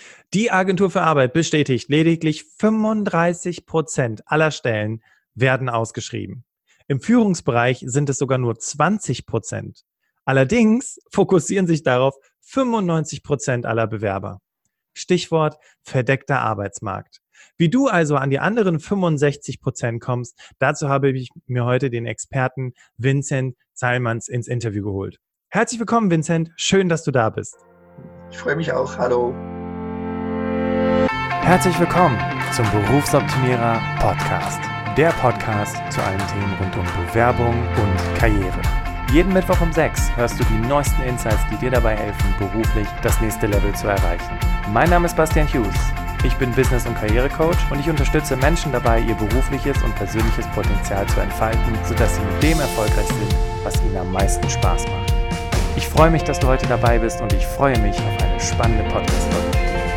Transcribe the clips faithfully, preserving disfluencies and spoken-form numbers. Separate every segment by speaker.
Speaker 1: Die Agentur für Arbeit bestätigt, lediglich fünfunddreißig Prozent aller Stellen werden ausgeschrieben. Im Führungsbereich sind es sogar nur zwanzig Prozent. Allerdings fokussieren sich darauf fünfundneunzig Prozent aller Bewerber. Stichwort verdeckter Arbeitsmarkt. Wie du also an die anderen fünfundsechzig Prozent kommst, dazu habe ich mir heute den Experten Vincent Zeilmans ins Interview geholt. Herzlich willkommen, Vincent. Schön, dass du da bist.
Speaker 2: Ich freue mich auch. Hallo.
Speaker 1: Herzlich willkommen zum Berufsoptimierer Podcast. Der Podcast zu allen Themen rund um Bewerbung und Karriere. Jeden Mittwoch um sechs hörst du die neuesten Insights, die dir dabei helfen, beruflich das nächste Level zu erreichen. Mein Name ist Bastian Hughes. Ich bin Business- und Karrierecoach und ich unterstütze Menschen dabei, ihr berufliches und persönliches Potenzial zu entfalten, sodass sie mit dem erfolgreich sind, was ihnen am meisten Spaß macht. Ich freue mich, dass du heute dabei bist und ich freue mich auf eine spannende Podcast-Folge.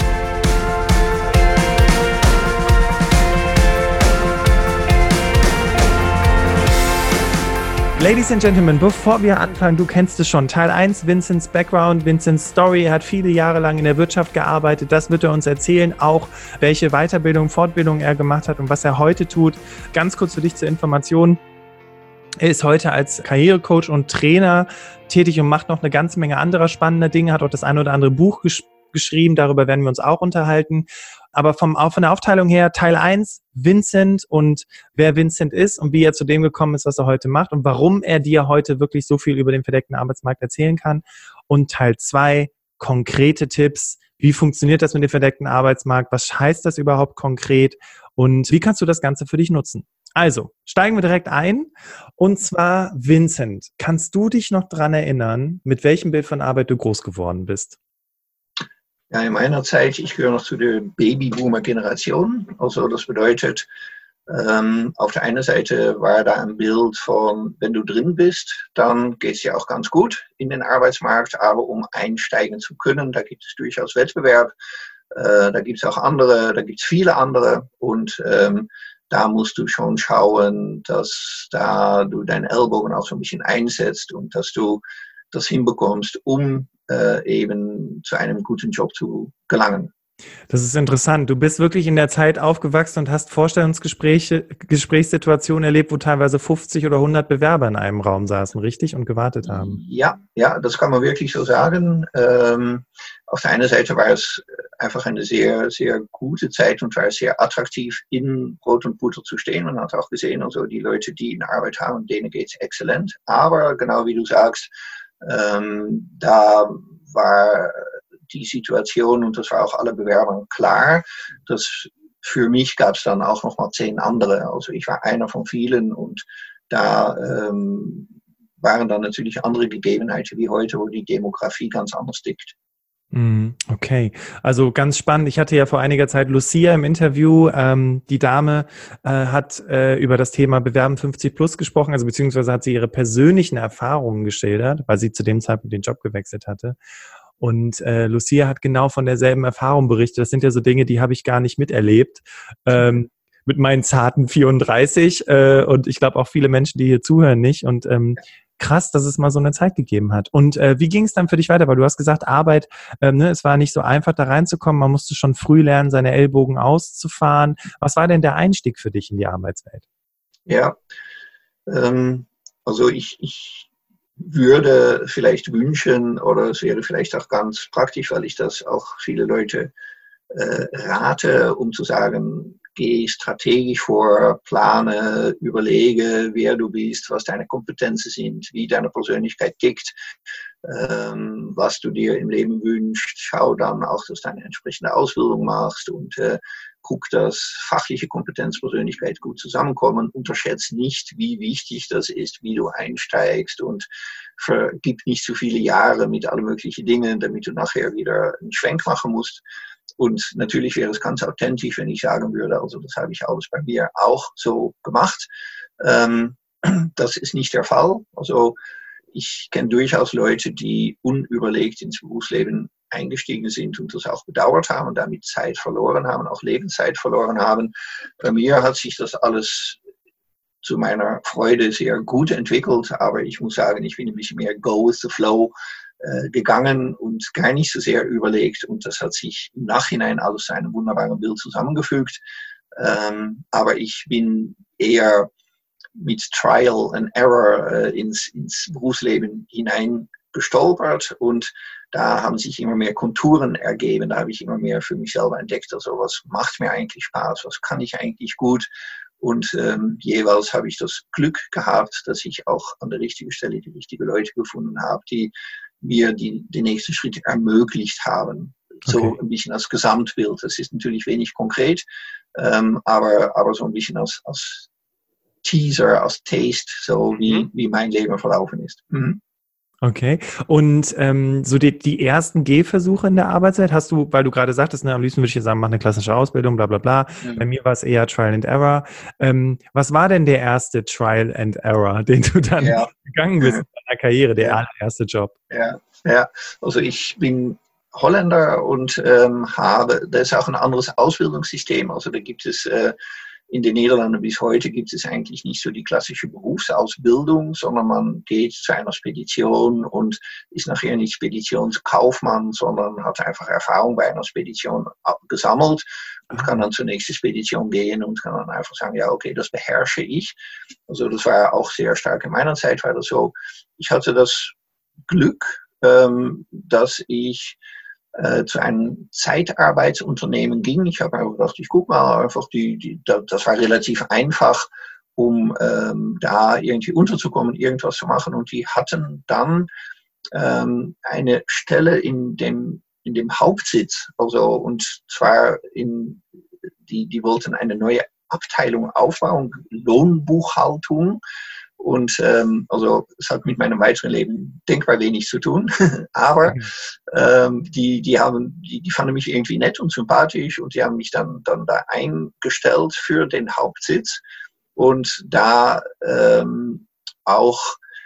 Speaker 1: Ladies and Gentlemen, bevor wir anfangen, du kennst es schon, Teil eins, Vincents Background, Vincents Story. Er hat viele Jahre lang in der Wirtschaft gearbeitet, das wird er uns erzählen, auch welche Weiterbildung, Fortbildung er gemacht hat und was er heute tut. Ganz kurz für dich zur Information, er ist heute als Karrierecoach und Trainer tätig und macht noch eine ganze Menge anderer spannender Dinge, hat auch das ein oder andere Buch gesch- geschrieben, darüber werden wir uns auch unterhalten. Aber vom, von der Aufteilung her, Teil eins, Vincent und wer Vincent ist und wie er zu dem gekommen ist, was er heute macht und warum er dir heute wirklich so viel über den verdeckten Arbeitsmarkt erzählen kann. Und Teil zwei, konkrete Tipps. Wie funktioniert das mit dem verdeckten Arbeitsmarkt? Was heißt das überhaupt konkret? Und wie kannst du das Ganze für dich nutzen? Also, steigen wir direkt ein. Und zwar, Vincent, kannst du dich noch daran erinnern, mit welchem Bild von Arbeit du groß geworden bist?
Speaker 2: Ja, in meiner Zeit, ich gehöre noch zu der Babyboomer-Generation. Also das bedeutet, ähm, auf der einen Seite war da ein Bild von, wenn du drin bist, dann geht es ja auch ganz gut in den Arbeitsmarkt. Aber um einsteigen zu können, da gibt es durchaus Wettbewerb. Äh, da gibt es auch andere, da gibt es viele andere. Und ähm, da musst du schon schauen, dass da du deinen Ellbogen auch so ein bisschen einsetzt und dass du das hinbekommst, um äh, eben zu einem guten Job zu gelangen.
Speaker 1: Das ist interessant. Du bist wirklich in der Zeit aufgewachsen und hast Vorstellungsgespräche, Gesprächssituationen erlebt, wo teilweise fünfzig oder hundert Bewerber in einem Raum saßen, richtig? Und gewartet haben.
Speaker 2: Ja, ja, das kann man wirklich so sagen. Ähm, auf der einen Seite war es einfach eine sehr, sehr gute Zeit und war sehr attraktiv, in Brot und Butter zu stehen. Man hat auch gesehen, also die Leute, die eine Arbeit haben, denen geht es exzellent. Aber genau wie du sagst, ähm, da war die Situation, und das war auch alle Bewerbern klar, dass für mich gab es dann auch noch mal zehn andere. Also ich war einer von vielen und da ähm, waren dann natürlich andere Gegebenheiten wie heute, wo die Demografie ganz anders tickt.
Speaker 1: Okay, also ganz spannend. Ich hatte ja vor einiger Zeit Lucia im Interview. Ähm, die Dame äh, hat äh, über das Thema Bewerben fünfzig plus gesprochen, also beziehungsweise hat sie ihre persönlichen Erfahrungen geschildert, weil sie zu dem Zeitpunkt den Job gewechselt hatte. Und äh, Lucia hat genau von derselben Erfahrung berichtet. Das sind ja so Dinge, die habe ich gar nicht miterlebt. Ähm, mit meinen zarten vierunddreißig äh, und ich glaube auch viele Menschen, die hier zuhören, nicht. Und ähm, krass, dass es mal so eine Zeit gegeben hat. Und äh, wie ging es dann für dich weiter? Weil du hast gesagt, Arbeit, ähm, ne, es war nicht so einfach, da reinzukommen. Man musste schon früh lernen, seine Ellbogen auszufahren. Was war denn der Einstieg für dich in die Arbeitswelt?
Speaker 2: Ja, ähm, also ich, ich würde vielleicht wünschen, oder es wäre vielleicht auch ganz praktisch, weil ich das auch viele Leute äh, rate, um zu sagen, geh strategisch vor, plane, überlege, wer du bist, was deine Kompetenzen sind, wie deine Persönlichkeit tickt, ähm, was du dir im Leben wünschst. Schau dann auch, dass du eine entsprechende Ausbildung machst und äh, guck, dass fachliche Kompetenz, Persönlichkeit gut zusammenkommen. Unterschätzt nicht, wie wichtig das ist, wie du einsteigst und vergib nicht zu viele Jahre mit allen möglichen Dingen, damit du nachher wieder einen Schwenk machen musst. Und natürlich wäre es ganz authentisch, wenn ich sagen würde, also das habe ich alles bei mir auch so gemacht. Ähm, das ist nicht der Fall. Also ich kenne durchaus Leute, die unüberlegt ins Berufsleben eingestiegen sind und das auch bedauert haben und damit Zeit verloren haben, auch Lebenszeit verloren haben. Bei mir hat sich das alles zu meiner Freude sehr gut entwickelt, aber ich muss sagen, ich bin ein bisschen mehr go with the flow. äh, gegangen und gar nicht so sehr überlegt. Und das hat sich im Nachhinein alles zu einem wunderbaren Bild zusammengefügt. Ähm, aber ich bin eher mit Trial and Error äh, ins, ins Berufsleben hineingestolpert und da haben sich immer mehr Konturen ergeben, da habe ich immer mehr für mich selber entdeckt, also was macht mir eigentlich Spaß, was kann ich eigentlich gut und ähm, jeweils habe ich das Glück gehabt, dass ich auch an der richtigen Stelle die richtigen Leute gefunden habe, die mir die, den nächsten Schritt ermöglicht haben. So okay. Ein bisschen als Gesamtbild, das ist natürlich wenig konkret, ähm, aber, aber so ein bisschen als, als Teaser, als Taste, so wie, wie mein Leben verlaufen ist. Mhm.
Speaker 1: Okay. Und ähm, so die, die ersten Gehversuche in der Arbeitszeit hast du, weil du gerade sagtest, ne, am liebsten würde ich jetzt sagen, mach eine klassische Ausbildung, bla bla bla. Mhm. Bei mir war es eher Trial and Error. Ähm, was war denn der erste Trial and Error, den du dann ja. gegangen bist in deiner Karriere, der ja. allererste Job?
Speaker 2: Ja, ja. Also ich bin Holländer und ähm, habe, da ist auch ein anderes Ausbildungssystem. Also da gibt es äh, in den Niederlanden bis heute gibt es eigentlich nicht so die klassische Berufsausbildung, sondern man geht zu einer Spedition und ist nachher nicht Speditionskaufmann, sondern hat einfach Erfahrung bei einer Spedition gesammelt und kann dann zur nächsten Spedition gehen und kann dann einfach sagen, ja, okay, das beherrsche ich. Also das war auch sehr stark in meiner Zeit, war das so. Ich hatte das Glück, ähm, dass ich Äh, zu einem Zeitarbeitsunternehmen ging. Ich habe einfach gedacht, ich gucke mal einfach, die, die, das war relativ einfach, um ähm, da irgendwie unterzukommen, irgendwas zu machen. Und die hatten dann ähm, eine Stelle in dem, in dem Hauptsitz, also und zwar in, die, die wollten eine neue Abteilung aufbauen, Lohnbuchhaltung. Und ähm, also es hat mit meinem weiteren Leben denkbar wenig zu tun, aber ähm, die, die, haben, die, die fanden mich irgendwie nett und sympathisch und die haben mich dann, dann da eingestellt für den Hauptsitz und da ähm, auch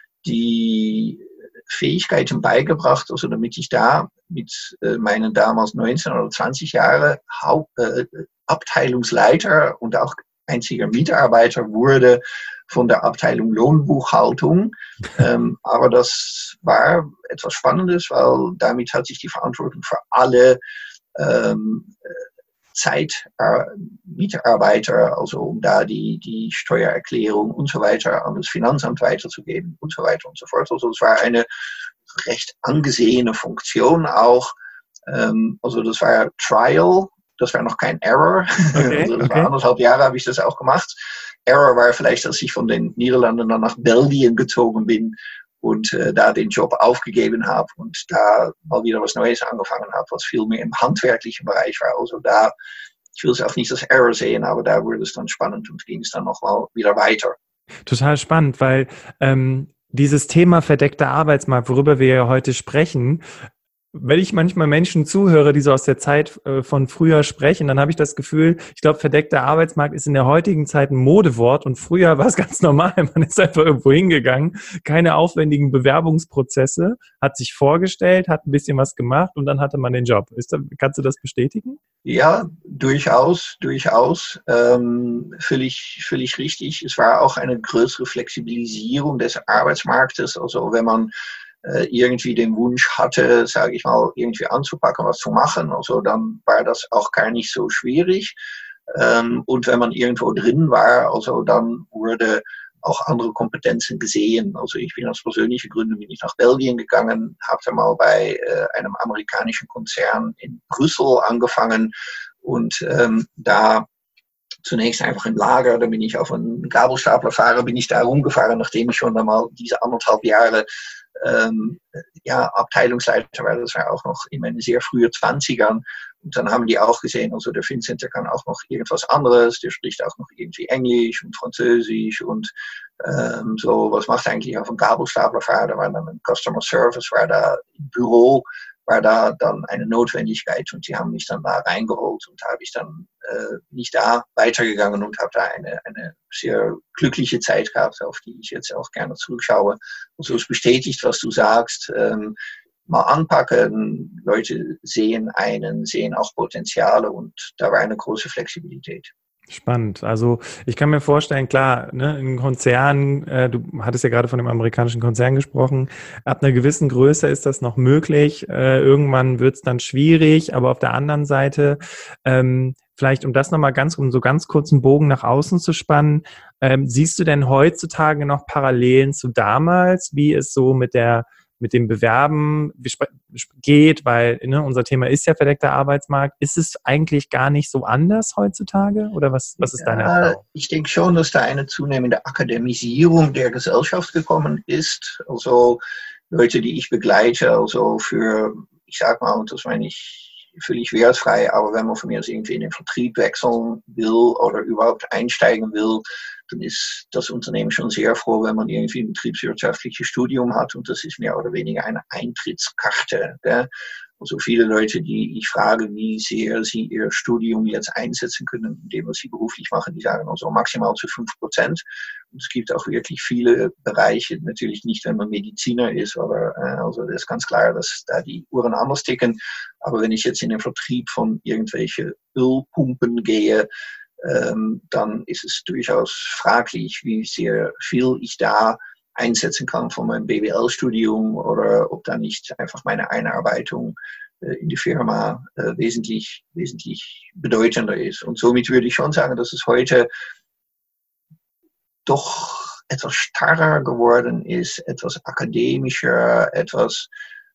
Speaker 2: die Fähigkeiten beigebracht, also damit ich da mit äh, meinen damals neunzehn oder zwanzig Jahre Haupt, äh, Abteilungsleiter und auch einziger Mitarbeiter wurde von der Abteilung Lohnbuchhaltung. ähm, aber das war etwas Spannendes, weil damit hat sich die Verantwortung für alle ähm, Zeitmitarbeiter, also um da die, die Steuererklärung und so weiter an das Finanzamt weiterzugeben und so weiter und so fort. Also es war eine recht angesehene Funktion auch. Ähm, also das war Trial, das war noch kein Error. Okay, also das okay. war anderthalb Jahre habe ich das auch gemacht. Error war vielleicht, dass ich von den Niederlanden dann nach Belgien gezogen bin und äh, da den Job aufgegeben habe und da mal wieder was Neues angefangen habe, was viel mehr im handwerklichen Bereich war. Also da, ich will es auch nicht als Error sehen, aber da wurde es dann spannend und ging es dann nochmal wieder weiter.
Speaker 1: Total spannend, weil ähm, dieses Thema verdeckter Arbeitsmarkt, worüber wir ja heute sprechen, wenn ich manchmal Menschen zuhöre, die so aus der Zeit äh, von früher sprechen, dann habe ich das Gefühl, ich glaube, verdeckter Arbeitsmarkt ist in der heutigen Zeit ein Modewort und früher war es ganz normal. Man ist einfach irgendwo hingegangen, keine aufwendigen Bewerbungsprozesse, hat sich vorgestellt, hat ein bisschen was gemacht und dann hatte man den Job. Ist da, kannst du das bestätigen?
Speaker 2: Ja, durchaus, durchaus. Ähm, völlig, völlig richtig. Es war auch eine größere Flexibilisierung des Arbeitsmarktes. Also wenn man irgendwie den Wunsch hatte, sage ich mal, irgendwie anzupacken, was zu machen. Also dann war das auch gar nicht so schwierig. Und wenn man irgendwo drin war, also dann wurde auch andere Kompetenzen gesehen. Also ich bin aus persönlichen Gründen bin ich nach Belgien gegangen, habe dann mal bei einem amerikanischen Konzern in Brüssel angefangen und ähm, da zunächst einfach im Lager, dann bin ich auf einen Gabelstaplerfahrer, bin ich da rumgefahren, nachdem ich schon einmal diese anderthalb Jahre ähm, ja, Abteilungsleiter war, das war auch noch in meinen sehr frühen Zwanzigern. Und dann haben die auch gesehen, also der Vincent, der kann auch noch irgendwas anderes, der spricht auch noch irgendwie Englisch und Französisch und ähm, so, was macht er eigentlich auf einem Gabelstaplerfahrer? Da war dann ein Customer Service, war da im Büro, war da dann eine Notwendigkeit und die haben mich dann da reingeholt und da habe ich dann äh, nicht da weitergegangen und habe da eine, eine sehr glückliche Zeit gehabt, auf die ich jetzt auch gerne zurückschaue. Und so ist bestätigt, was du sagst, ähm, mal anpacken, Leute sehen einen, sehen auch Potenziale und da war eine große Flexibilität.
Speaker 1: Spannend. Also ich kann mir vorstellen, klar, ne, ein Konzern, äh, du hattest ja gerade von dem amerikanischen Konzern gesprochen, ab einer gewissen Größe ist das noch möglich. Äh, irgendwann wird es dann schwierig, aber auf der anderen Seite, ähm, vielleicht um das nochmal ganz, um so ganz kurzen Bogen nach außen zu spannen, ähm, siehst du denn heutzutage noch Parallelen zu damals, wie es so mit der mit dem Bewerben geht, weil ne, unser Thema ist ja verdeckter Arbeitsmarkt. Ist es eigentlich gar nicht so anders heutzutage? Oder was, was ist deine
Speaker 2: Ja,
Speaker 1: Erfahrung?
Speaker 2: ich denke schon, dass da eine zunehmende Akademisierung der Gesellschaft gekommen ist. Also Leute, die ich begleite, also für, ich sag mal, und das meine ich völlig wertfrei, aber wenn man von mir aus irgendwie in den Vertrieb wechseln will oder überhaupt einsteigen will, dann ist das Unternehmen schon sehr froh, wenn man irgendwie ein betriebswirtschaftliches Studium hat und das ist mehr oder weniger eine Eintrittskarte. Gell? Also viele Leute, die ich frage, wie sehr sie ihr Studium jetzt einsetzen können, in dem, was sie beruflich machen, die sagen also maximal zu fünf Prozent. Und es gibt auch wirklich viele Bereiche, natürlich nicht, wenn man Mediziner ist, aber äh, also das ist ganz klar, dass da die Uhren anders ticken. Aber wenn ich jetzt in den Vertrieb von irgendwelchen Ölpumpen gehe, ähm, dann ist es durchaus fraglich, wie sehr viel ich da einsetzen kann von meinem B W L-Studium oder ob da nicht einfach meine Einarbeitung äh, in die Firma äh, wesentlich, wesentlich bedeutender ist. Und somit würde ich schon sagen, dass es heute doch etwas starrer geworden ist, etwas akademischer, etwas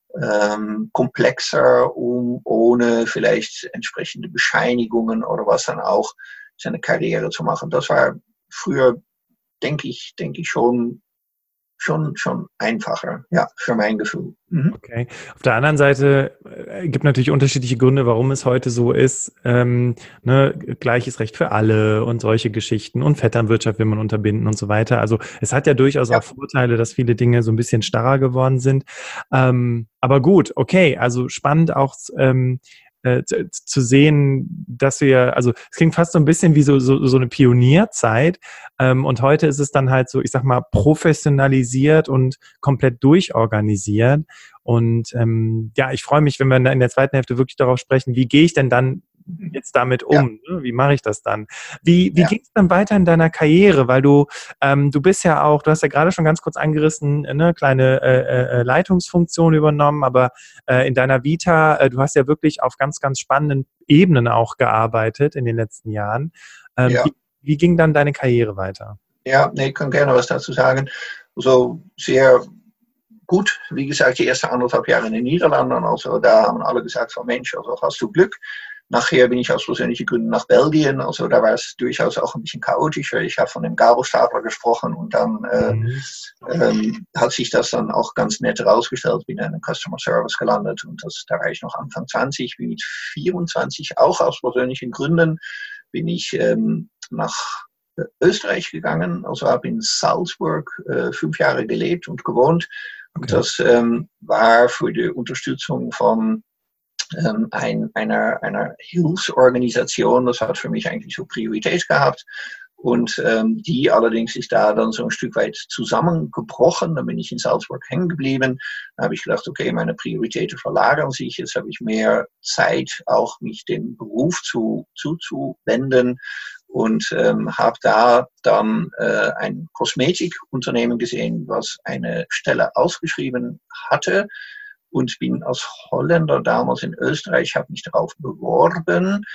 Speaker 2: ähm, komplexer, um ohne vielleicht entsprechende Bescheinigungen oder was dann auch seine Karriere zu machen. Das war früher, denke ich, denke ich schon Schon, schon einfacher, ja, für mein Gefühl. Mhm.
Speaker 1: Okay. Auf der anderen Seite äh, gibt natürlich unterschiedliche Gründe, warum es heute so ist. Ähm, ne, gleiches Recht für alle und solche Geschichten und Vetternwirtschaft will man unterbinden und so weiter. Also es hat ja durchaus
Speaker 2: Ja.
Speaker 1: auch Vorteile, dass viele Dinge so ein bisschen starrer geworden sind. Ähm, aber gut, okay, also spannend auch ähm, äh, zu, zu sehen, dass wir, also es klingt fast so ein bisschen wie so, so, so eine Pionierzeit. Ähm, und heute ist es dann halt so, ich sag mal, professionalisiert und komplett durchorganisiert. Und ähm, ja, ich freue mich, wenn wir in der zweiten Hälfte wirklich darauf sprechen, wie gehe ich denn dann jetzt damit
Speaker 2: Ja,
Speaker 1: um? Ne? Wie mache ich das dann? Wie, wie
Speaker 2: ja.
Speaker 1: ging es dann weiter in deiner Karriere? Weil du, ähm, du bist ja auch, du hast ja gerade schon ganz kurz angerissen, ne, kleine äh, äh, Leitungsfunktion übernommen, aber äh, in deiner Vita, äh, du hast ja wirklich auf ganz, ganz spannenden Ebenen auch gearbeitet in den letzten Jahren. Ähm,
Speaker 2: Ja,
Speaker 1: wie, wie ging dann deine Karriere weiter?
Speaker 2: ja, nee, ich kann gerne was dazu sagen. So sehr gut, wie gesagt, die ersten anderthalb Jahre in den Niederlanden, also da haben alle gesagt, von Mensch, also hast du Glück. Nachher bin ich aus persönlichen Gründen nach Belgien, also da war es durchaus auch ein bisschen chaotischer. Ich habe von dem Gabelstapler gesprochen und dann äh,
Speaker 1: Mhm.
Speaker 2: ähm, hat sich das dann auch ganz nett herausgestellt, bin in einem Customer Service gelandet und das, da war ich noch Anfang zwanzig, bin mit vierundzwanzig auch aus persönlichen Gründen, bin ich ähm, nach Österreich gegangen, also habe in Salzburg äh, fünf Jahre gelebt und gewohnt. Und
Speaker 1: Okay.
Speaker 2: das ähm, war für die Unterstützung von ähm, ein, einer, einer Hilfsorganisation, das hat für mich eigentlich so Priorität gehabt. Und ähm, die allerdings ist da dann so ein Stück weit zusammengebrochen. Dann bin ich in Salzburg hängen geblieben. Da habe ich gedacht, okay, meine Prioritäten verlagern sich. Jetzt habe ich mehr Zeit, auch mich dem Beruf zu, zuzuwenden. Und ähm, habe da dann äh, ein Kosmetikunternehmen gesehen, was eine Stelle ausgeschrieben hatte. Und bin als Holländer damals in Österreich, habe mich darauf beworben.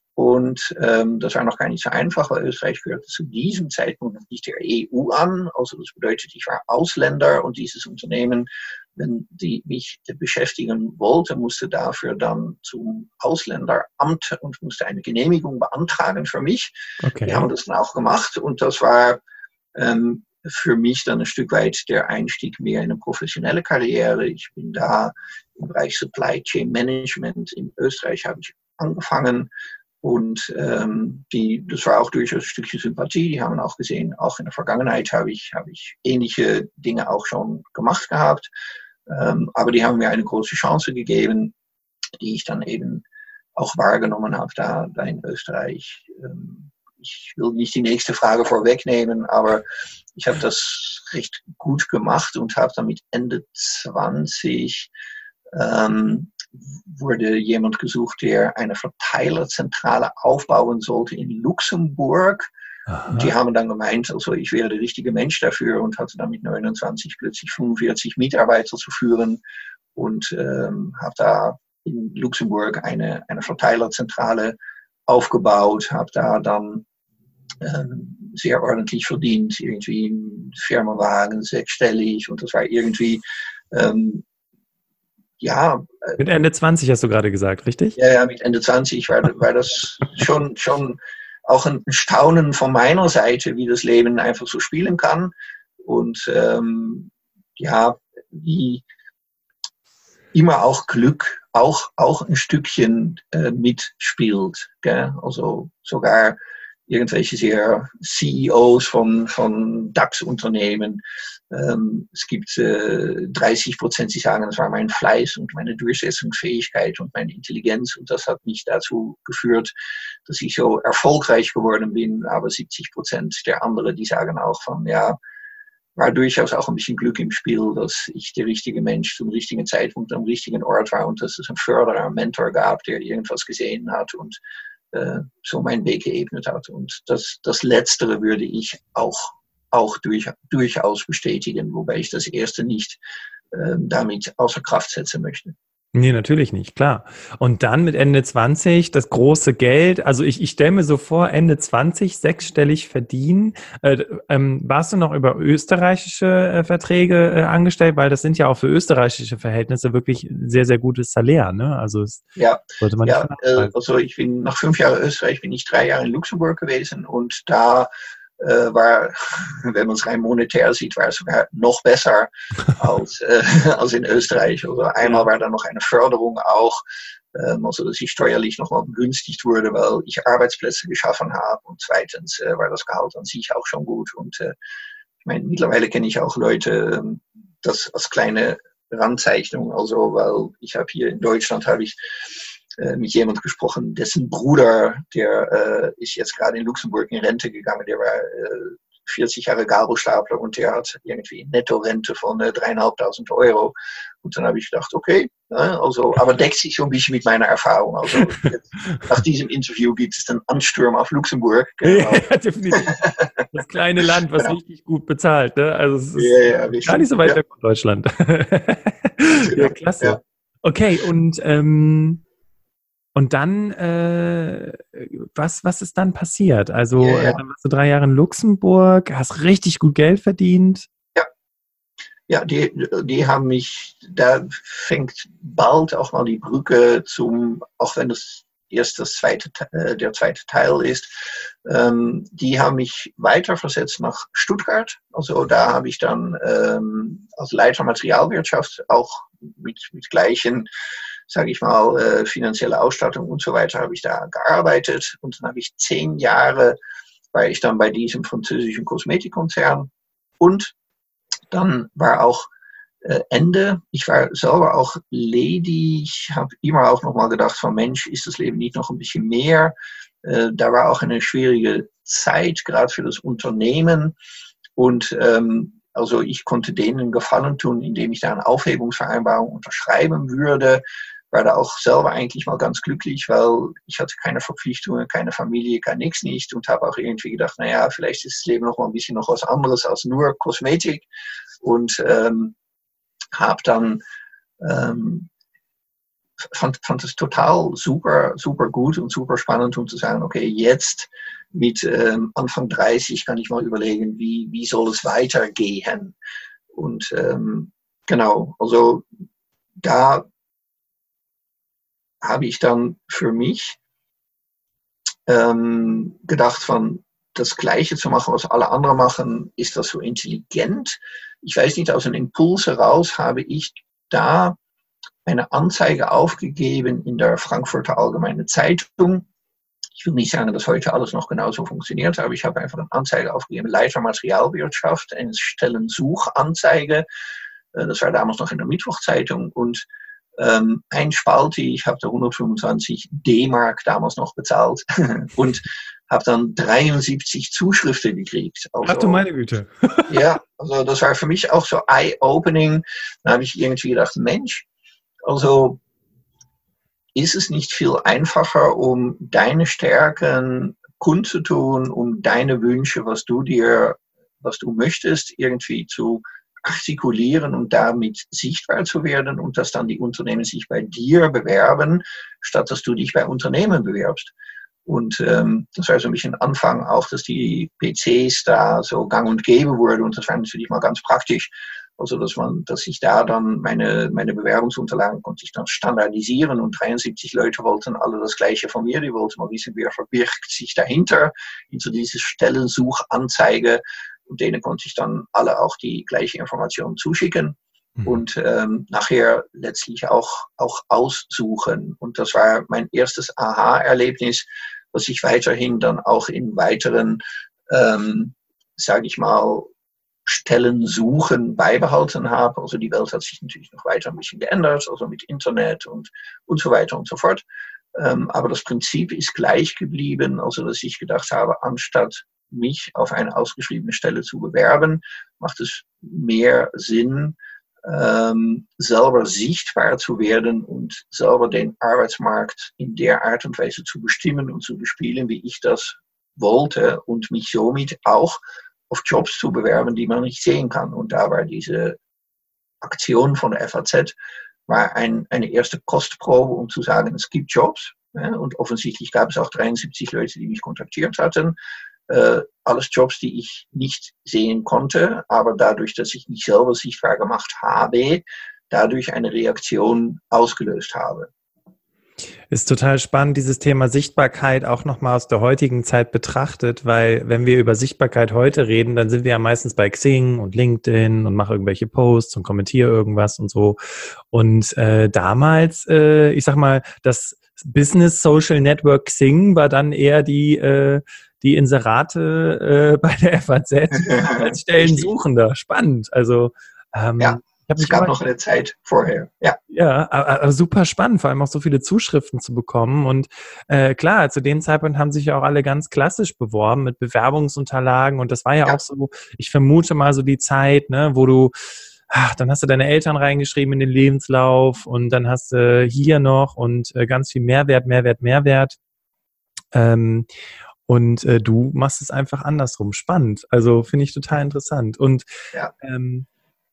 Speaker 2: Und ähm, das war noch gar nicht so einfach, weil Österreich gehörte zu diesem Zeitpunkt noch nicht der E U an. Also das bedeutet, ich war Ausländer und dieses Unternehmen, wenn die mich beschäftigen wollte, musste dafür dann zum Ausländeramt und musste eine Genehmigung beantragen für mich. Die
Speaker 1: Okay.
Speaker 2: haben das dann auch gemacht und das war ähm, für mich dann ein Stück weit der Einstieg mehr in eine professionelle Karriere. Ich bin da im Bereich Supply Chain Management in Österreich habe ich angefangen. Und ähm, die, das war auch durchaus ein Stückchen Sympathie. Die haben auch gesehen, auch in der Vergangenheit habe ich, habe ich ähnliche Dinge auch schon gemacht gehabt. Ähm, aber die haben mir eine große Chance gegeben, die ich dann eben auch wahrgenommen habe da, da in Österreich. Ähm, ich will nicht die nächste Frage vorwegnehmen, aber ich habe das recht gut gemacht und habe dann mit Ende zwanzig ähm, wurde jemand gesucht, der eine Verteilerzentrale aufbauen sollte in Luxemburg. Aha. Die haben dann gemeint, also ich wäre der richtige Mensch dafür und hatte dann mit neunundzwanzig plötzlich fünfundvierzig Mitarbeiter zu führen und ähm, habe da in Luxemburg eine, eine Verteilerzentrale aufgebaut, habe da dann ähm, sehr ordentlich verdient, irgendwie ein Firmenwagen, sechsstellig und das war irgendwie, ähm, ja.
Speaker 1: Mit Ende zwanzig hast du gerade gesagt, richtig?
Speaker 2: Ja, ja, mit Ende zwanzig war, war das schon, schon auch ein Staunen von meiner Seite, wie das Leben einfach so spielen kann und ähm, ja, wie immer auch Glück auch, auch ein Stückchen äh, mitspielt. Gell? Also sogar irgendwelche sehr C E Os von, von DAX-Unternehmen. Ähm, es gibt äh, dreißig Prozent, die sagen, das war mein Fleiß und meine Durchsetzungsfähigkeit und meine Intelligenz und das hat mich dazu geführt, dass ich so erfolgreich geworden bin. Aber siebzig Prozent der anderen, die sagen auch von, ja, war durchaus auch ein bisschen Glück im Spiel, dass ich der richtige Mensch zum richtigen Zeitpunkt am richtigen Ort war und dass es einen Förderer, einen Mentor gab, der irgendwas gesehen hat und äh, so meinen Weg geebnet hat. Und das, das Letztere würde ich auch, auch durch, durchaus bestätigen, wobei ich das Erste nicht äh, damit außer Kraft setzen möchte.
Speaker 1: Nee, natürlich nicht, klar. Und dann mit Ende zwanzig das große Geld, also ich, ich stelle mir so vor, Ende zwanzig sechsstellig verdienen. Äh, ähm, warst du noch über österreichische äh, Verträge äh, angestellt? Weil das sind ja auch für österreichische Verhältnisse wirklich sehr, sehr gutes Salär, ne? Also das
Speaker 2: ja,
Speaker 1: sollte man
Speaker 2: ja,
Speaker 1: nicht
Speaker 2: äh, also ich bin nach fünf Jahren Österreich, bin ich drei Jahre in Luxemburg gewesen und da äh, war, wenn man es rein monetär sieht, war es sogar noch besser als, äh, als in Österreich. Also einmal war da noch eine Förderung auch, ähm, also dass ich steuerlich nochmal begünstigt wurde, weil ich Arbeitsplätze geschaffen habe und zweitens äh, war das Gehalt an sich auch schon gut und äh, ich meine, mittlerweile kenne ich auch Leute, das als kleine Randzeichnung, also weil ich habe hier in Deutschland habe ich mit jemand gesprochen, dessen Bruder, der äh, ist jetzt gerade in Luxemburg in Rente gegangen, der war äh, vierzig Jahre Gabelstapler und der hat irgendwie Netto-Rente von äh, dreieinhalbtausend Euro. Und dann habe ich gedacht, okay, ne, also, aber deckt sich so ein bisschen mit meiner Erfahrung. Also jetzt, nach diesem Interview gibt es einen Ansturm auf Luxemburg. Genau.
Speaker 1: Ja, definitiv. Das kleine Land, was genau. richtig gut bezahlt. Ne? Also es ist
Speaker 2: ja, ja,
Speaker 1: gar nicht so weit ja. weg von Deutschland. Ja, klasse. Ja. Okay, und ähm, Und dann, äh, was, was ist dann passiert? Also, ja, ja. Äh, dann warst du drei Jahre in Luxemburg, hast richtig gut Geld verdient.
Speaker 2: Ja, ja die, die haben mich, da fängt bald auch mal die Brücke zum, auch wenn das erst das zweite, äh, der zweite Teil ist, ähm, die haben mich weiterversetzt nach Stuttgart. Also da habe ich dann ähm, als Leiter Materialwirtschaft auch mit, mit gleichen sage ich mal, äh, finanzielle Ausstattung und so weiter, habe ich da gearbeitet. Und dann habe ich zehn Jahre, war ich dann bei diesem französischen Kosmetikkonzern. Und dann war auch äh, Ende. Ich war selber auch ledig, habe immer auch nochmal gedacht von Mensch, ist das Leben nicht noch ein bisschen mehr? Äh, da war auch eine schwierige Zeit, gerade für das Unternehmen. Und ähm, also ich konnte denen einen Gefallen tun, indem ich da eine Aufhebungsvereinbarung unterschreiben würde. War da auch selber eigentlich mal ganz glücklich, weil ich hatte keine Verpflichtungen, keine Familie, kein nix nicht und habe auch irgendwie gedacht, naja, vielleicht ist das Leben noch mal ein bisschen noch was anderes als nur Kosmetik und ähm, habe dann ähm, fand, fand es total super, super gut und super spannend, um zu sagen, okay, jetzt mit ähm, Anfang dreißig kann ich mal überlegen, wie, wie soll es weitergehen und ähm, genau, also da habe ich dann für mich ähm, gedacht, von das Gleiche zu machen, was alle anderen machen, ist das so intelligent? Ich weiß nicht, aus einem Impuls heraus habe ich da eine Anzeige aufgegeben in der Frankfurter Allgemeine Zeitung. Ich will nicht sagen, dass heute alles noch genauso funktioniert, aber ich habe einfach eine Anzeige aufgegeben, Leiter Materialwirtschaft, eine Stellensuchanzeige. Das war damals noch in der Mittwochzeitung und Ähm, ein Spalti, ich habe da hundertfünfundzwanzig D-Mark damals noch bezahlt und habe dann dreiundsiebzig Zuschriften gekriegt. Also,
Speaker 1: ach du meine Güte.
Speaker 2: Ja, also das war für mich auch so eye-opening. Da habe ich irgendwie gedacht, Mensch, also ist es nicht viel einfacher, um deine Stärken kundzutun, um deine Wünsche, was du dir, was du möchtest, irgendwie zu artikulieren und damit sichtbar zu werden und dass dann die Unternehmen sich bei dir bewerben, statt dass du dich bei Unternehmen bewerbst. Und ähm, das war so ein bisschen Anfang auch, dass die P Cs da so gang und gäbe wurden und das war natürlich mal ganz praktisch. Also dass man, dass ich da dann meine, meine Bewerbungsunterlagen konnte ich dann standardisieren und dreiundsiebzig Leute wollten alle das Gleiche von mir. Die wollten mal wissen, wer verbirgt sich dahinter, hinter diese Stellensuchanzeige. Und denen konnte ich dann alle auch die gleiche Information zuschicken mhm. und ähm, nachher letztlich auch, auch aussuchen. Und das war mein erstes Aha-Erlebnis, was ich weiterhin dann auch in weiteren, ähm, sage ich mal, Stellen suchen beibehalten habe. Also die Welt hat sich natürlich noch weiter ein bisschen geändert, also mit Internet und, und so weiter und so fort. Ähm, aber das Prinzip ist gleich geblieben, also dass ich gedacht habe, anstatt mich auf eine ausgeschriebene Stelle zu bewerben, macht es mehr Sinn, ähm, selber sichtbar zu werden und selber den Arbeitsmarkt in der Art und Weise zu bestimmen und zu bespielen, wie ich das wollte und mich somit auch auf Jobs zu bewerben, die man nicht sehen kann. Und da war diese Aktion von der F A Z war ein, eine erste Kostprobe, um zu sagen, es gibt Jobs. Ja, und offensichtlich gab es auch dreiundsiebzig Leute, die mich kontaktiert hatten. Äh, alles Jobs, die ich nicht sehen konnte, aber dadurch, dass ich mich selber sichtbar gemacht habe, dadurch eine Reaktion ausgelöst habe.
Speaker 1: Ist total spannend, dieses Thema Sichtbarkeit auch nochmal aus der heutigen Zeit betrachtet, weil wenn wir über Sichtbarkeit heute reden, dann sind wir ja meistens bei Xing und LinkedIn und machen irgendwelche Posts und kommentieren irgendwas und so. Und äh, damals, äh, ich sag mal, das Business Social Network Xing war dann eher die, äh, die Inserate äh, bei der F A Z als Stellensuchender. Spannend. Also ähm,
Speaker 2: ja. Es gab noch eine Zeit vorher, ja.
Speaker 1: Ja, aber super spannend, vor allem auch so viele Zuschriften zu bekommen. Und äh, klar, zu dem Zeitpunkt haben sich ja auch alle ganz klassisch beworben mit Bewerbungsunterlagen. Und das war ja, ja. auch so, ich vermute mal so die Zeit, ne, wo du, ach, dann hast du deine Eltern reingeschrieben in den Lebenslauf und dann hast du hier noch und äh, ganz viel Mehrwert, Mehrwert, Mehrwert. Ähm, und äh, du machst es einfach andersrum. Spannend. Also finde ich total interessant. Und ja. ähm,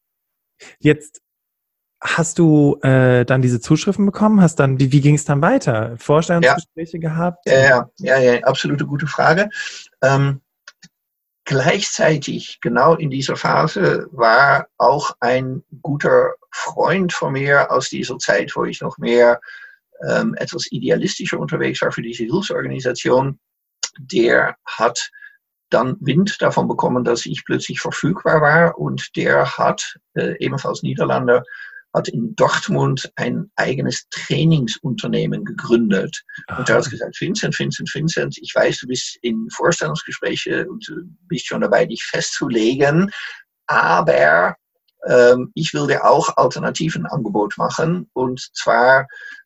Speaker 1: Jetzt hast du äh, dann diese Zuschriften bekommen, hast dann, wie, wie ging es dann weiter? Vorstellungsgespräche ja. gehabt?
Speaker 2: Ja, ja, ja, ja, absolute gute Frage. Ähm, gleichzeitig, genau in dieser Phase, war auch ein guter Freund von mir aus dieser Zeit, wo ich noch mehr ähm, etwas idealistischer unterwegs war für diese Hilfsorganisation, der hat dann Wind davon bekommen, dass ich plötzlich verfügbar war und der hat, äh, ebenfalls Niederlander, hat in Dortmund ein eigenes Trainingsunternehmen gegründet. Aha. Und er hat gesagt, Vincent, Vincent, Vincent, ich weiß, du bist in Vorstellungsgespräche und du bist schon dabei, dich festzulegen, aber ähm, ich will dir auch alternativen Angebot machen und zwar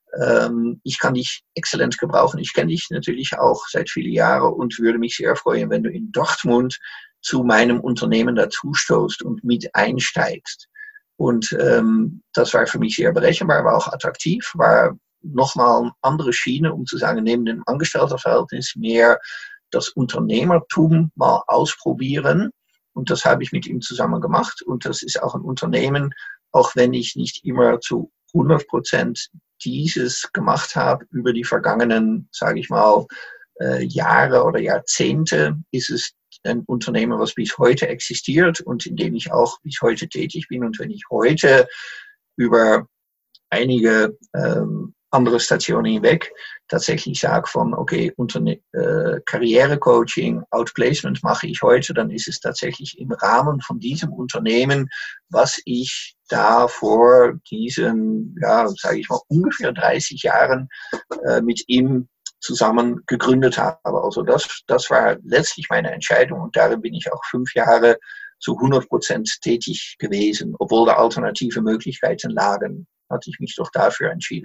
Speaker 2: ich kann dich exzellent gebrauchen. Ich kenne dich natürlich auch seit vielen Jahren und würde mich sehr freuen, wenn du in Dortmund zu meinem Unternehmen dazustoßt und mit einsteigst. Und ähm, das war für mich sehr berechenbar, war auch attraktiv, war nochmal eine andere Schiene, um zu sagen, neben dem Angestelltenverhältnis mehr das Unternehmertum mal ausprobieren. Und das habe ich mit ihm zusammen gemacht. Und das ist auch ein Unternehmen, auch wenn ich nicht immer zu hundert Prozent dieses gemacht habe über die vergangenen, sage ich mal, äh, Jahre oder Jahrzehnte, ist es ein Unternehmen, was bis heute existiert und in dem ich auch bis heute tätig bin. Und wenn ich heute über einige ähm, andere Stationen hinweg tatsächlich sage von, okay, Unterne äh, Karrierecoaching, Outplacement mache ich heute, dann ist es tatsächlich im Rahmen von diesem Unternehmen, was ich da vor diesen, ja, sage ich mal, ungefähr dreißig Jahren äh, mit ihm zusammen gegründet habe. Also das, das war letztlich meine Entscheidung und darin bin ich auch fünf Jahre zu hundert Prozent tätig gewesen, obwohl da alternative Möglichkeiten lagen, hatte ich mich doch dafür entschieden.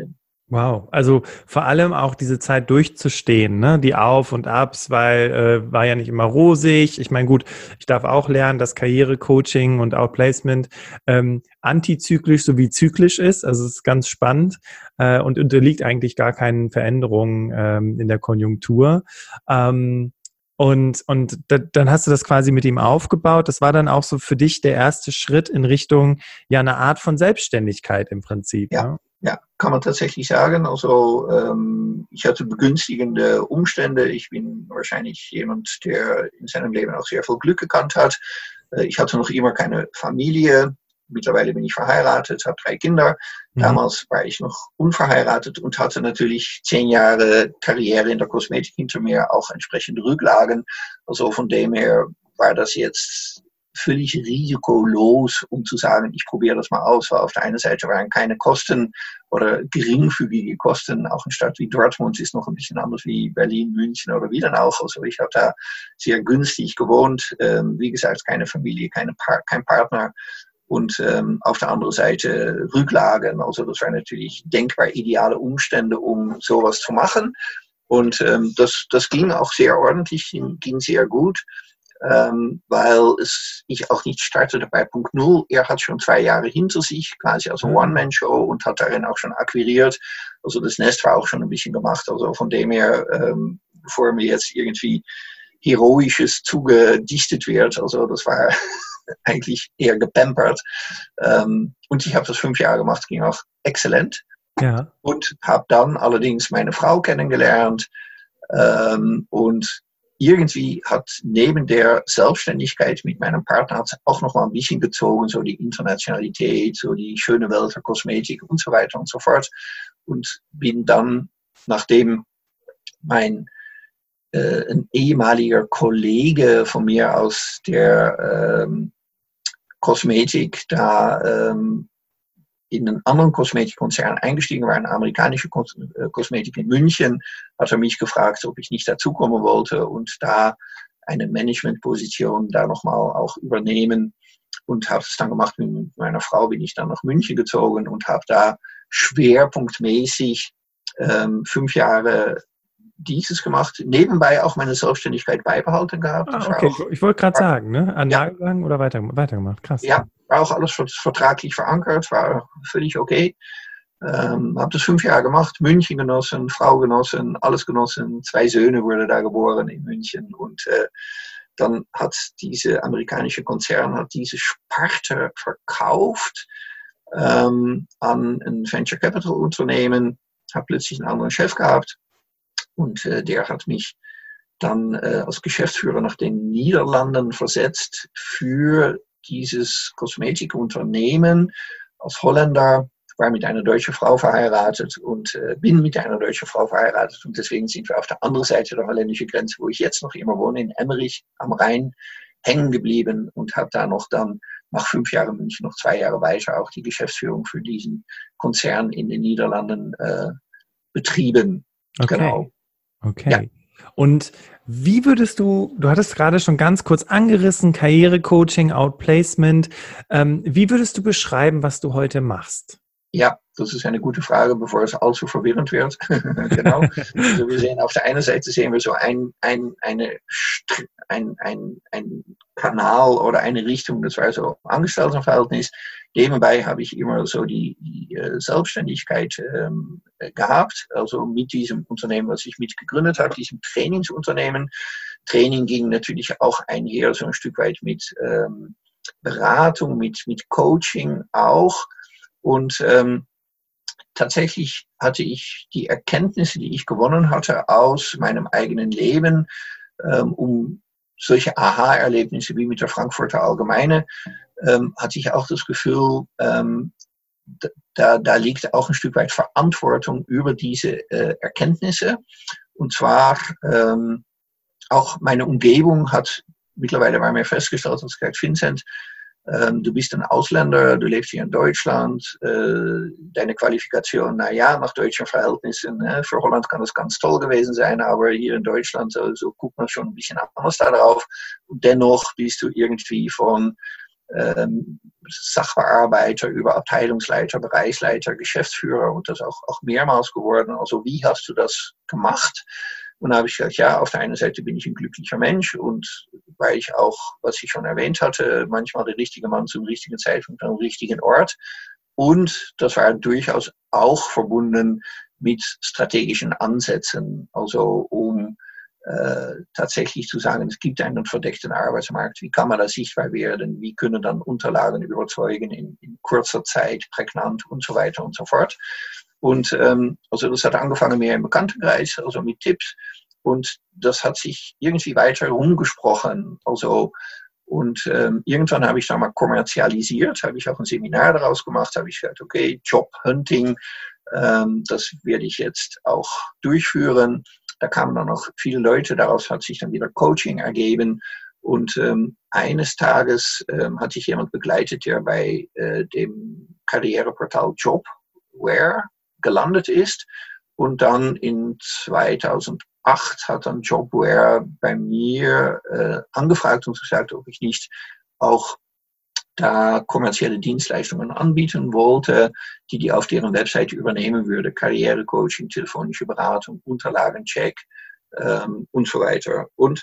Speaker 1: Wow, also vor allem auch diese Zeit durchzustehen, ne? Die Auf und Abs, weil äh, war ja nicht immer rosig. Ich meine, gut, ich darf auch lernen, dass Karrierecoaching und Outplacement ähm, antizyklisch sowie zyklisch ist. Also es ist ganz spannend äh, und unterliegt eigentlich gar keinen Veränderungen ähm, in der Konjunktur. Ähm, und und da, dann hast du das quasi mit ihm aufgebaut. Das war dann auch so für dich der erste Schritt in Richtung ja eine Art von Selbstständigkeit im Prinzip,
Speaker 2: Ja,
Speaker 1: ne?
Speaker 2: ja, kann man tatsächlich sagen. Also ähm, ich hatte begünstigende Umstände. Ich bin wahrscheinlich jemand, der in seinem Leben auch sehr viel Glück gekannt hat. Äh, ich hatte noch immer keine Familie. Mittlerweile bin ich verheiratet, habe drei Kinder.
Speaker 1: Mhm.
Speaker 2: Damals war ich noch unverheiratet und hatte natürlich zehn Jahre Karriere in der Kosmetik hinter mir, auch entsprechende Rücklagen. Also von dem her war das jetzt völlig risikolos, um zu sagen, ich probiere das mal aus, weil auf der einen Seite waren keine Kosten oder geringfügige Kosten. Auch eine Stadt wie Dortmund ist noch ein bisschen anders wie Berlin, München oder Wien auch. Also ich habe da sehr günstig gewohnt. Ähm, wie gesagt, keine Familie, keine pa- kein Partner. Und ähm, auf der anderen Seite Rücklagen. Also das waren natürlich denkbar ideale Umstände, um sowas zu machen. Und ähm, das, das ging auch sehr ordentlich, ging sehr gut. Ähm, weil es, ich auch nicht startete bei Punkt Null. Er hat schon zwei Jahre hinter sich, quasi als
Speaker 1: Ah,
Speaker 2: One-Man-Show und hat darin auch schon akquiriert. Also das Nest war auch schon ein bisschen gemacht. Also von dem her, ähm, bevor mir jetzt irgendwie Heroisches zugedichtet wird, also das war eigentlich eher gepampert. Ähm, und ich habe das fünf Jahre gemacht, ging auch exzellent.
Speaker 1: ja.
Speaker 2: Und habe dann allerdings meine Frau kennengelernt, ähm, und irgendwie hat neben der Selbstständigkeit mit meinem Partner hat auch noch mal ein bisschen gezogen, so die Internationalität, so die schöne Welt der Kosmetik und so weiter und so fort. Und bin dann, nachdem mein äh, ein ehemaliger Kollege von mir aus der ähm, Kosmetik da ähm, in einen anderen Kosmetikkonzern eingestiegen war, eine amerikanische Kosmetik in München, hat er mich gefragt, ob ich nicht dazukommen wollte und da eine Managementposition da nochmal auch übernehmen und habe es dann gemacht. Mit meiner Frau bin ich dann nach München gezogen und habe da schwerpunktmäßig ähm, fünf Jahre dieses gemacht, nebenbei auch meine Selbstständigkeit beibehalten gehabt.
Speaker 1: Ah,
Speaker 2: Das war
Speaker 1: okay.
Speaker 2: auch,
Speaker 1: Ich, ich wollte gerade sagen, ne? An
Speaker 2: ja,
Speaker 1: Nagel gehangen oder weiter, weitergemacht. Krass.
Speaker 2: ja, war auch alles vertraglich verankert, war völlig okay. Ähm, habe das fünf Jahre gemacht, München genossen, Frau genossen, alles genossen. Zwei Söhne wurden da geboren in München. Und äh, dann hat dieser amerikanische Konzern hat diese Sparte verkauft ähm, an ein Venture Capital Unternehmen. Habe plötzlich einen anderen Chef gehabt und äh, der hat mich dann äh, als Geschäftsführer nach den Niederlanden versetzt für dieses Kosmetikunternehmen als Holländer, war mit einer deutschen Frau verheiratet und äh, bin mit einer deutschen Frau verheiratet und deswegen sind wir auf der anderen Seite der holländischen Grenze, wo ich jetzt noch immer wohne, in Emmerich am Rhein, hängen geblieben und habe da noch dann nach fünf Jahren München noch zwei Jahre weiter auch die Geschäftsführung für diesen Konzern in den Niederlanden äh, betrieben.
Speaker 1: Okay.
Speaker 2: Genau. Ja.
Speaker 1: Okay. Und wie würdest du, du hattest gerade schon ganz kurz angerissen, Karrierecoaching, Outplacement. Ähm, wie würdest du beschreiben, was du heute machst?
Speaker 2: Ja, das ist eine gute Frage, bevor es allzu verwirrend wird. Genau. Also wir sehen auf der einen Seite sehen wir so ein, ein, eine, ein, ein, ein Kanal oder eine Richtung, das war so Angestelltenverhältnis. Nebenbei habe ich immer so die, die äh, Selbstständigkeit ähm, gehabt, also mit diesem Unternehmen, was ich mitgegründet habe, diesem Trainingsunternehmen. Training ging natürlich auch einher, so ein Stück weit mit ähm, Beratung, mit, mit Coaching auch. Und ähm, tatsächlich hatte ich die Erkenntnisse, die ich gewonnen hatte aus meinem eigenen Leben, ähm, um solche Aha-Erlebnisse wie mit der Frankfurter Allgemeine, ähm, hatte ich auch das Gefühl, ähm, da, da liegt auch ein Stück weit Verantwortung über diese äh, Erkenntnisse. Und zwar ähm, auch meine Umgebung hat mittlerweile bei mir festgestellt, als gesagt, Vincent, ähm, du bist ein Ausländer, du lebst hier in Deutschland, äh, deine Qualifikation, naja, nach deutschen Verhältnissen, äh, für Holland kann das ganz toll gewesen sein, aber hier in Deutschland, so, so guckt man schon ein bisschen anders darauf. Und dennoch bist du irgendwie von ähm, Sachbearbeiter über Abteilungsleiter, Bereichsleiter, Geschäftsführer und das auch, auch mehrmals geworden. Also wie hast du das gemacht? Und da habe ich gesagt, ja, auf der einen Seite bin ich ein glücklicher Mensch und weil ich auch, was ich schon erwähnt hatte, manchmal der richtige Mann zum richtigen Zeitpunkt am richtigen Ort. Und das war durchaus auch verbunden mit strategischen Ansätzen, also um äh, tatsächlich zu sagen, es gibt einen verdeckten Arbeitsmarkt, wie kann man da sichtbar werden, wie können dann Unterlagen überzeugen in, in kurzer Zeit, prägnant und so weiter und so fort. Und ähm, also das hat angefangen mehr im Bekanntenkreis, also mit Tipps. Und das hat sich irgendwie weiter rumgesprochen. Also, und ähm, irgendwann habe ich da mal kommerzialisiert, habe ich auch ein Seminar daraus gemacht, habe ich gesagt, okay, Jobhunting, ähm, das werde ich jetzt auch durchführen. Da kamen dann noch viele Leute, daraus hat sich dann wieder Coaching ergeben. Und ähm, eines Tages ähm, hatte ich jemand begleitet, der bei äh, dem Karriereportal Jobware gelandet ist und dann in zweitausendacht hat dann Jobware bei mir äh, angefragt und gesagt, ob ich nicht auch da kommerzielle Dienstleistungen anbieten wollte, die die auf deren Webseite übernehmen würde, Karrierecoaching, telefonische Beratung, Unterlagencheck ähm, und so weiter. Und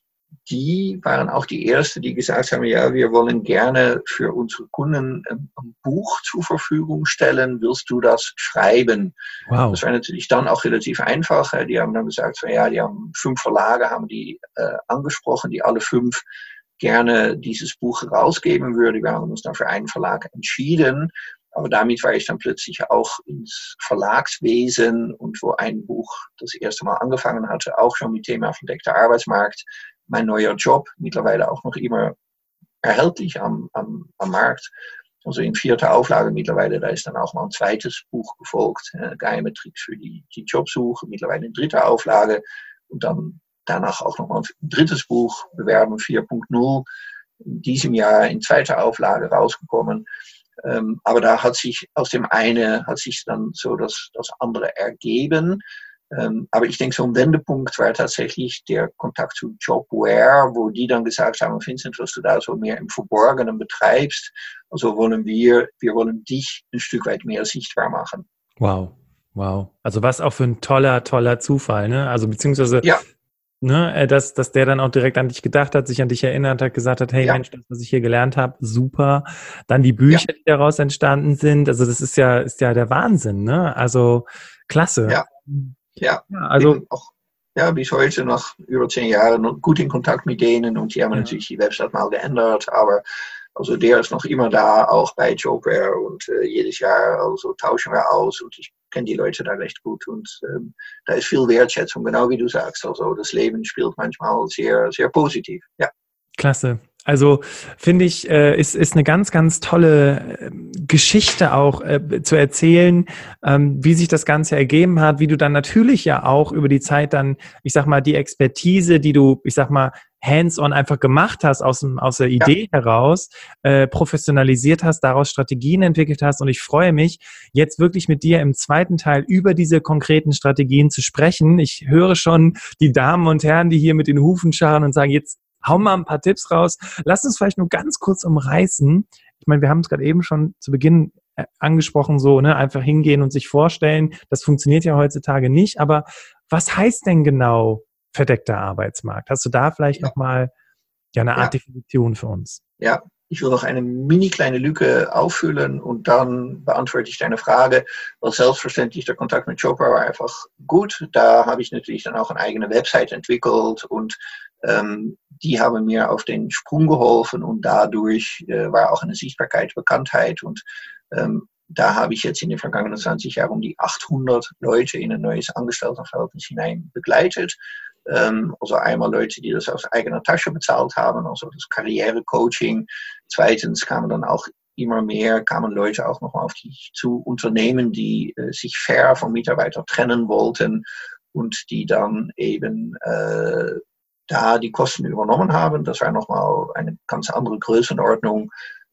Speaker 2: die waren auch die Ersten, die gesagt haben, ja, wir wollen gerne für unsere Kunden ein Buch zur Verfügung stellen, willst du das schreiben? Wow. Das war natürlich dann auch relativ einfach. Die haben dann gesagt, so, ja, die haben fünf Verlage, haben die äh, angesprochen, die alle fünf gerne dieses Buch rausgeben würden. Wir haben uns dann für einen Verlag entschieden, aber damit war ich dann plötzlich auch ins Verlagswesen und wo ein Buch das erste Mal angefangen hatte, auch schon mit Thema verdeckter Arbeitsmarkt, mein neuer Job, mittlerweile auch noch immer erhältlich am, am, am Markt. Also in vierter Auflage mittlerweile, da ist dann auch mal ein zweites Buch gefolgt, äh, geheime Tricks für die, die Jobsuche, mittlerweile in dritter Auflage und dann danach auch noch mal ein drittes Buch, Bewerben vier Punkt null, in diesem Jahr in zweiter Auflage rausgekommen. Ähm, aber da hat sich aus dem einen hat sich dann so das, das andere ergeben. Ähm, aber ich denke, so ein Wendepunkt war tatsächlich der Kontakt zu Jobware, wo die dann gesagt haben, Vincent, was du da so mehr im Verborgenen betreibst, also wollen wir, wir wollen dich ein Stück weit mehr sichtbar machen.
Speaker 1: Wow, wow. Also was auch für ein toller, toller Zufall, ne? Also beziehungsweise
Speaker 2: ja.
Speaker 1: Ne, dass, dass der dann auch direkt an dich gedacht hat, sich an dich erinnert hat, gesagt hat, hey ja. Mensch, das, was ich hier gelernt habe, super. Dann die Bücher, ja. die daraus entstanden sind, also das ist ja, ist ja der Wahnsinn, ne? Also klasse.
Speaker 2: Ja, ja.
Speaker 1: ja also
Speaker 2: bin auch ja, bis heute nach über zehn Jahren noch gut in Kontakt mit denen und die haben ja. natürlich die Website mal geändert, aber also der ist noch immer da, auch bei Jobware und äh, jedes Jahr also tauschen wir aus und ich kenne die Leute da recht gut und ähm, da ist viel Wertschätzung, genau wie du sagst. Also das Leben spielt manchmal sehr, sehr positiv. Ja.
Speaker 1: Klasse. Also finde ich, äh, ist, ist eine ganz, ganz tolle äh, Geschichte auch äh, zu erzählen, ähm, wie sich das Ganze ergeben hat, wie du dann natürlich ja auch über die Zeit dann, ich sag mal, die Expertise, die du, ich sag mal, hands-on einfach gemacht hast, aus, dem, aus der Idee ja. heraus, äh, professionalisiert hast, daraus Strategien entwickelt hast. Und ich freue mich, jetzt wirklich mit dir im zweiten Teil über diese konkreten Strategien zu sprechen. Ich höre schon die Damen und Herren, die hier mit den Hufen scharren und sagen, jetzt hau mal ein paar Tipps raus. Lass uns vielleicht nur ganz kurz umreißen. Ich meine, wir haben es gerade eben schon zu Beginn angesprochen, so, ne, einfach hingehen und sich vorstellen. Das funktioniert ja heutzutage nicht. Aber was heißt denn genau verdeckter Arbeitsmarkt? Hast du da vielleicht ja. nochmal ja, eine Art ja. Definition für uns?
Speaker 2: Ja, ich will noch eine mini kleine Lücke auffüllen und dann beantworte ich deine Frage. Weil selbstverständlich der Kontakt mit Jobware war einfach gut. Da habe ich natürlich dann auch eine eigene Website entwickelt und ähm, die haben mir auf den Sprung geholfen und dadurch äh, war auch eine Sichtbarkeit, Bekanntheit und ähm, da habe ich jetzt in den vergangenen zwanzig Jahren um die achthundert Leute in ein neues Angestelltenverhältnis hinein begleitet. Ähm, also einmal Leute, die das aus eigener Tasche bezahlt haben, also das Karrierecoaching. Zweitens kamen dann auch immer mehr, kamen Leute auch noch auf die zu Unternehmen, die äh, sich fair vom Mitarbeiter trennen wollten und die dann eben äh, da die Kosten übernommen haben. Das war nochmal eine ganz andere Größenordnung.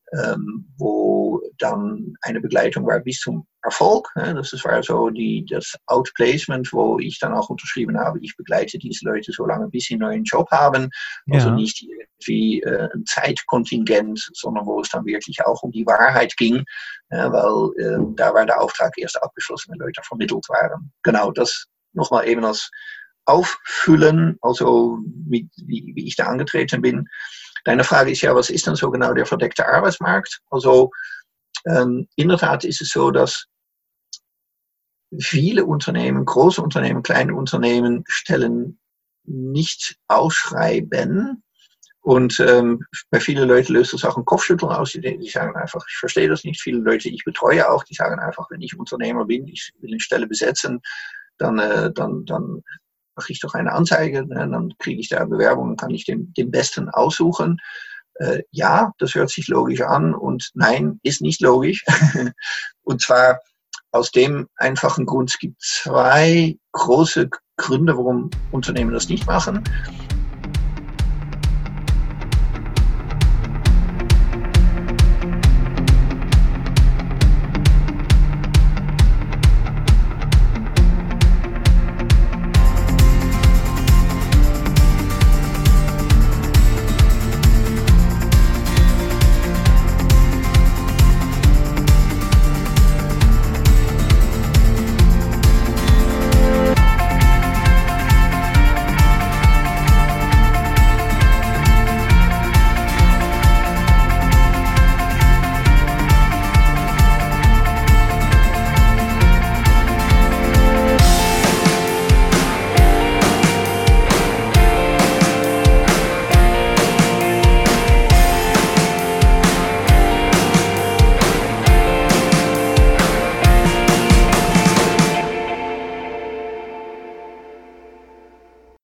Speaker 2: ähm, wo dann eine Begleitung war bis zum Erfolg. Ja, das war so die, das Outplacement, wo ich dann auch unterschrieben habe, ich begleite diese Leute so lange, bis sie einen neuen Job haben. Also ja. Nicht irgendwie äh, ein Zeitkontingent, sondern wo es dann wirklich auch um die Wahrheit ging, ja, weil äh, da war der Auftrag erst abgeschlossen, wenn Leute vermittelt waren. Genau, das nochmal eben als Auffüllen, also mit, wie, wie ich da angetreten bin. Deine Frage ist ja, was ist denn so genau der verdeckte Arbeitsmarkt? Also ähm, in der Tat ist es so, dass viele Unternehmen, große Unternehmen, kleine Unternehmen Stellen nicht ausschreiben. Und ähm, bei vielen Leuten löst das auch ein Kopfschütteln aus. Die, die sagen einfach, ich verstehe das nicht. Viele Leute, die ich betreue auch, die sagen einfach, wenn ich Unternehmer bin, ich will eine Stelle besetzen, dann, äh, dann, dann mache ich doch eine Anzeige, ne? Dann kriege ich da Bewerbungen, kann ich den, den Besten aussuchen. Äh, ja, das hört sich logisch an und nein, ist nicht logisch. Und zwar aus dem einfachen Grund, es gibt zwei große Gründe, warum Unternehmen das nicht machen.